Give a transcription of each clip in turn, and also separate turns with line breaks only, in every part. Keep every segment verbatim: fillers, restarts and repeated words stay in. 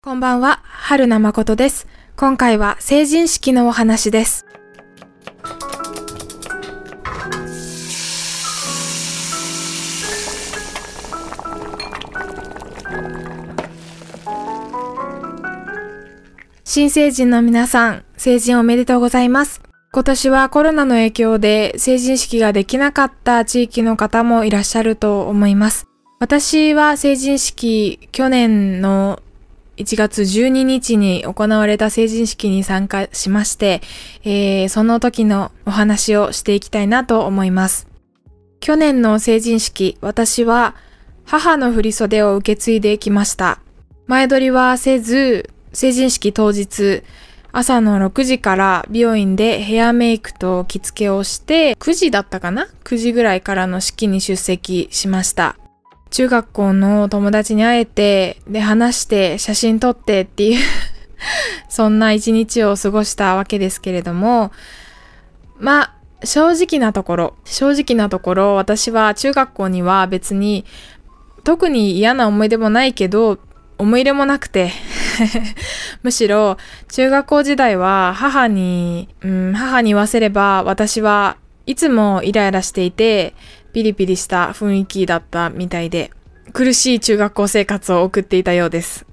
こんばんは、春名誠です。今回は成人式のお話です。新成人の皆さん、成人おめでとうございます。今年はコロナの影響で成人式ができなかった地域の方もいらっしゃると思います。私は成人式、去年のいちがつじゅうににちに行われた成人式に参加しまして、えー、その時のお話をしていきたいなと思います。去年の成人式、私は母の振袖を受け継いできました。前撮りはせず、成人式当日、朝のろくじから美容院でヘアメイクと着付けをして、くじだったかな ?くじぐらいからの式に出席しました。中学校の友達に会えて、で話して写真撮ってっていうそんな一日を過ごしたわけですけれども、まあ正直なところ、正直なところ私は中学校には別に特に嫌な思い出もないけど、思い入れもなくてむしろ中学校時代は母に、うん、母に言わせれば私はいつもイライラしていて、ピリピリした雰囲気だったみたいで、苦しい中学校生活を送っていたようです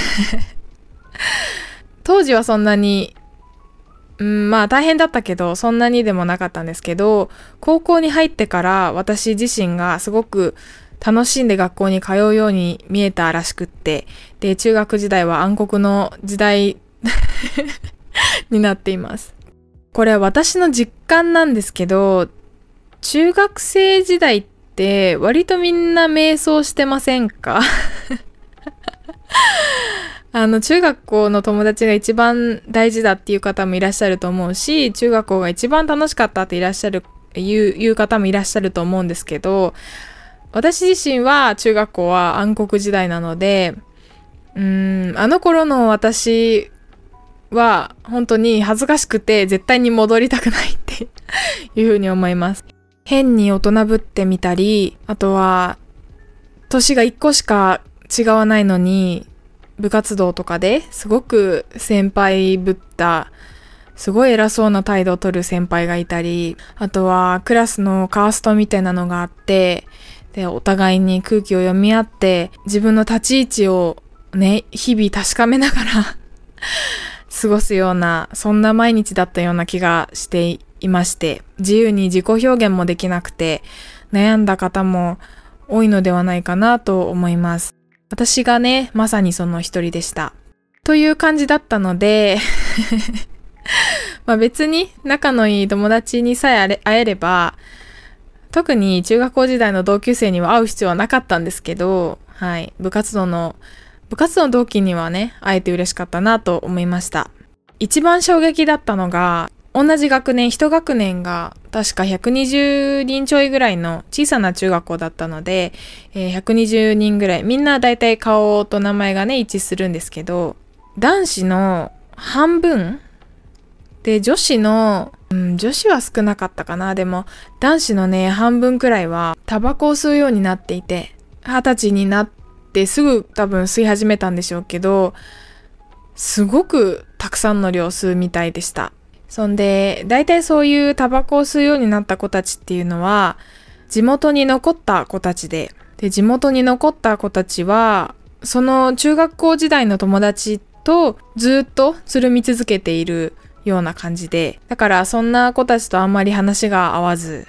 当時はそんなに、うん、まあ大変だったけどそんなにでもなかったんですけど、高校に入ってから私自身がすごく楽しんで学校に通うように見えたらしくって、で中学時代は暗黒の時代になっています。これは私の実感なんですけど、中学生時代って割とみんな迷走してませんかあの中学校の友達が一番大事だっていう方もいらっしゃると思うし、中学校が一番楽しかったっていらっしゃるいう、いう方もいらっしゃると思うんですけど、私自身は中学校は暗黒時代なので、うーんあの頃の私は本当に恥ずかしくて絶対に戻りたくないっていうふうに思います。変に大人ぶってみたり、あとは年がいっこしか違わないのに部活動とかですごく先輩ぶったすごい偉そうな態度を取る先輩がいたり、あとはクラスのカーストみたいなのがあって、でお互いに空気を読み合って自分の立ち位置をね日々確かめながら過ごすような、そんな毎日だったような気がしていまして、自由に自己表現もできなくて悩んだ方も多いのではないかなと思います。私がねまさにその一人でしたという感じだったのでまあ別に仲のいい友達にさえ会えれば、特に中学校時代の同級生には会う必要はなかったんですけど、はい、部活動の部活動の同期にはね会えて嬉しかったなと思いました。一番衝撃だったのが、同じ学年、一学年が確かひゃくにじゅうにんちょいぐらいの小さな中学校だったので、えー、ひゃくにじゅうにんぐらい、みんなだいたい顔と名前がね一致するんですけど、男子の半分で女子の、うん、女子は少なかったかな。でも男子のね半分くらいはタバコを吸うようになっていて、二十歳になってすぐ多分吸い始めたんでしょうけど、すごくたくさんの量吸うみたいでした。そんで大体そういうタバコを吸うようになった子たちっていうのは地元に残った子たちで、で地元に残った子たちはその中学校時代の友達とずっとつるみ続けているような感じで、だからそんな子たちとあんまり話が合わず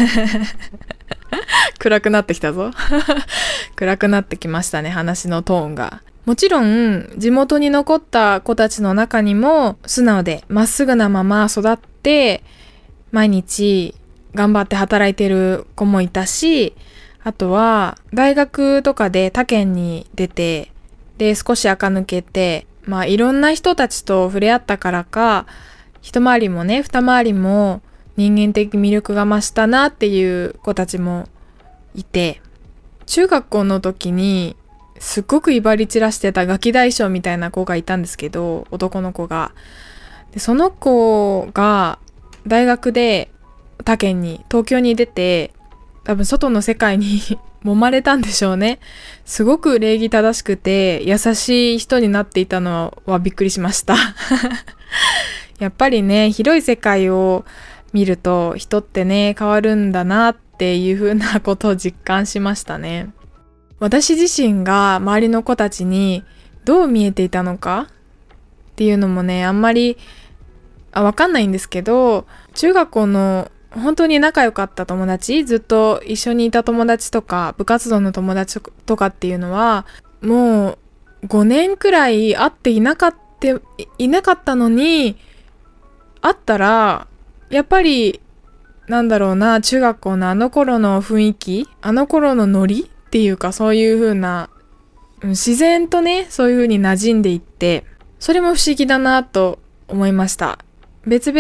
暗くなってきたぞ暗くなってきましたね、話のトーンが。もちろん地元に残った子たちの中にも素直でまっすぐなまま育って毎日頑張って働いてる子もいたし、あとは大学とかで他県に出て、で少し垢抜けて、まあいろんな人たちと触れ合ったからか、一回りもね二回りも人間的魅力が増したなっていう子たちもいて、中学校の時にすっごく威張り散らしてたガキ大将みたいな子がいたんですけど、男の子が。でその子が大学で他県に東京に出て多分外の世界に揉まれたんでしょうね。すごく礼儀正しくて優しい人になっていたのはびっくりしましたやっぱりね、広い世界を見ると人ってね変わるんだなっていう風なことを実感しましたね。私自身が周りの子たちにどう見えていたのかっていうのもね、あんまりあわかんないんですけど、中学校の本当に仲良かった友達、ずっと一緒にいた友達とか部活動の友達とかっていうのはもうごねんくらい会っていなかったいなかったのに、会ったらやっぱりなんだろうな、中学校のあの頃の雰囲気、あの頃のノリっていうか、そういう風な自然とね、そういう風に馴染んでいって、それも不思議だなと思いました。別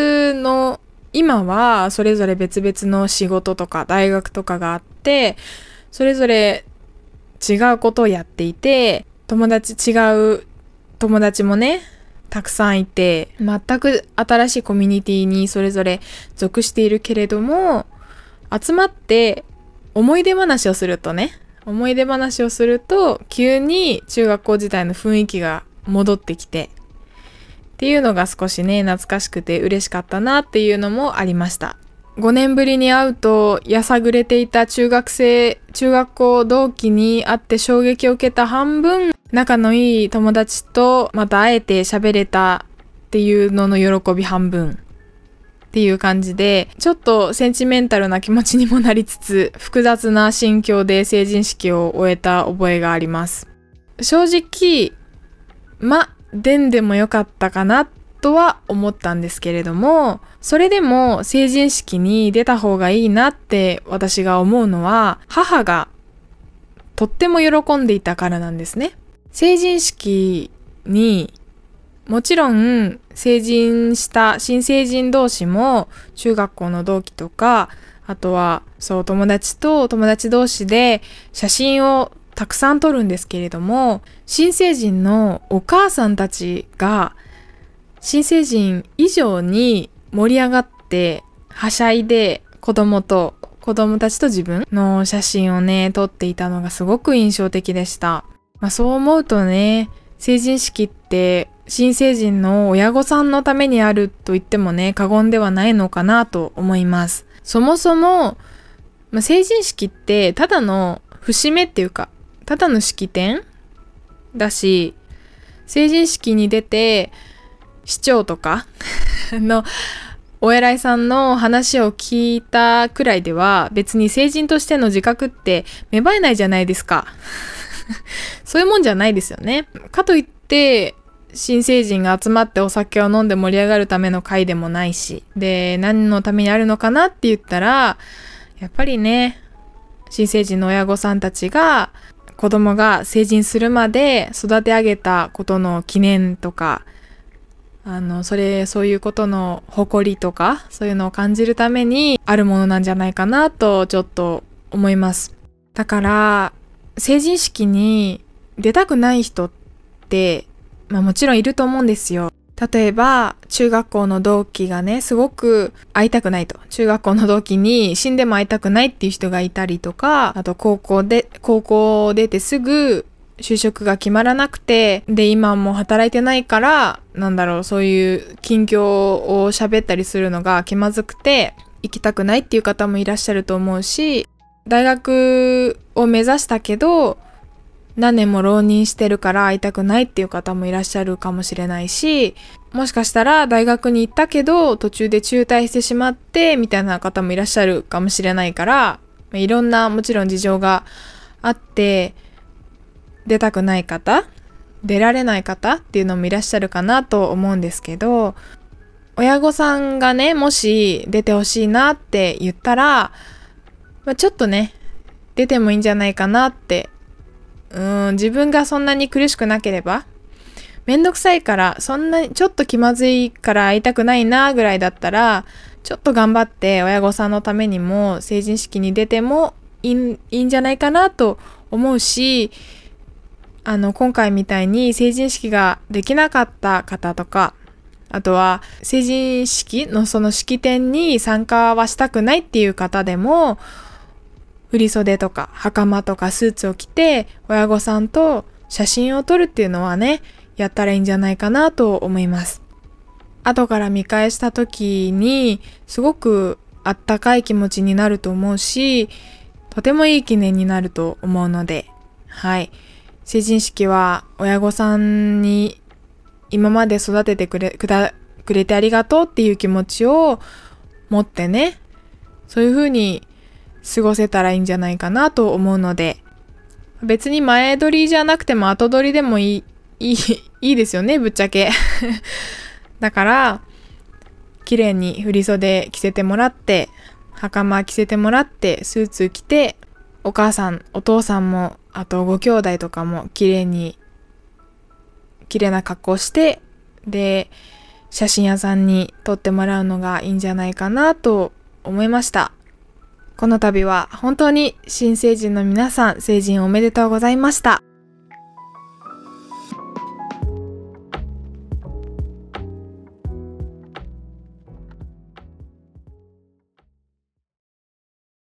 々の今はそれぞれ別々の仕事とか大学とかがあって、それぞれ違うことをやっていて、友達違う友達もねたくさんいて、全く新しいコミュニティにそれぞれ属しているけれども、集まって思い出話をするとね思い出話をすると急に中学校時代の雰囲気が戻ってきてっていうのが少しね懐かしくて嬉しかったなっていうのもありました。ごねんぶりに会うとやさぐれていた中学生中学校同期に会って衝撃を受けた半分、仲のいい友達とまた会えて喋れたっていうのの喜び半分っていう感じで、ちょっとセンチメンタルな気持ちにもなりつつ、複雑な心境で成人式を終えた覚えがあります。正直ま出んでもよかったかなとは思ったんですけれども、それでも成人式に出た方がいいなって私が思うのは、母がとっても喜んでいたからなんですね。成人式にもちろん成人した新成人同士も中学校の同期とか、あとはそう友達と友達同士で写真をたくさん撮るんですけれども、新成人のお母さんたちが新成人以上に盛り上がってはしゃいで、子供と子供たちと自分の写真をね撮っていたのがすごく印象的でした。まあ、そう思うとね、成人式って新成人の親御さんのためにあると言ってもね過言ではないのかなと思います。そもそも、まあ、成人式ってただの節目っていうかただの式典だし、成人式に出て市長とかのお偉いさんの話を聞いたくらいでは別に成人としての自覚って芽生えないじゃないですかそういうもんじゃないですよね。かといって新成人が集まってお酒を飲んで盛り上がるための会でもないし、で何のためにあるのかなって言ったら、やっぱりね新成人の親御さんたちが子供が成人するまで育て上げたことの記念とか、あのそれそういうことの誇りとかそういうのを感じるためにあるものなんじゃないかなとちょっと思います。だから成人式に出たくない人って、まあ、もちろんいると思うんですよ。例えば中学校の同期がねすごく会いたくないと、中学校の同期に死んでも会いたくないっていう人がいたりとか、あと高校で高校出てすぐ就職が決まらなくて、で今も働いてないからなんだろう、そういう近況を喋ったりするのが気まずくて行きたくないっていう方もいらっしゃると思うし、大学を目指したけど何年も浪人してるから会いたくないっていう方もいらっしゃるかもしれないし、もしかしたら大学に行ったけど途中で中退してしまってみたいな方もいらっしゃるかもしれないから、いろんなもちろん事情があって出たくない方、出られない方っていうのもいらっしゃるかなと思うんですけど、親御さんがねもし出てほしいなって言ったら、まあ、ちょっとね出てもいいんじゃないかなって、うーん自分がそんなに苦しくなければ、めんどくさいからそんなにちょっと気まずいから会いたくないなぐらいだったら、ちょっと頑張って親御さんのためにも成人式に出てもいい、いいんじゃないかなと思うし、あの今回みたいに成人式ができなかった方とか、あとは成人式のその式典に参加はしたくないっていう方でも、 振袖とか袴とかスーツを着て親御さんと写真を撮るっていうのはね、やったらいいんじゃないかなと思います。後から見返した時にすごくあったかい気持ちになると思うし、とてもいい記念になると思うので、はい。成人式は親御さんに今まで育ててくれ、くだ、くれてありがとうっていう気持ちを持ってね、そういう風に過ごせたらいいんじゃないかなと思うので、別に前撮りじゃなくても後撮りでもいい、いい、いいですよね、ぶっちゃけ。だから、綺麗に振袖着せてもらって、袴着せてもらって、スーツ着て、お母さん、お父さんも、あとご兄弟とかも綺麗に、綺麗な格好して、で、写真屋さんに撮ってもらうのがいいんじゃないかなと思いました。この度は本当に新成人の皆さん、成人おめでとうございました。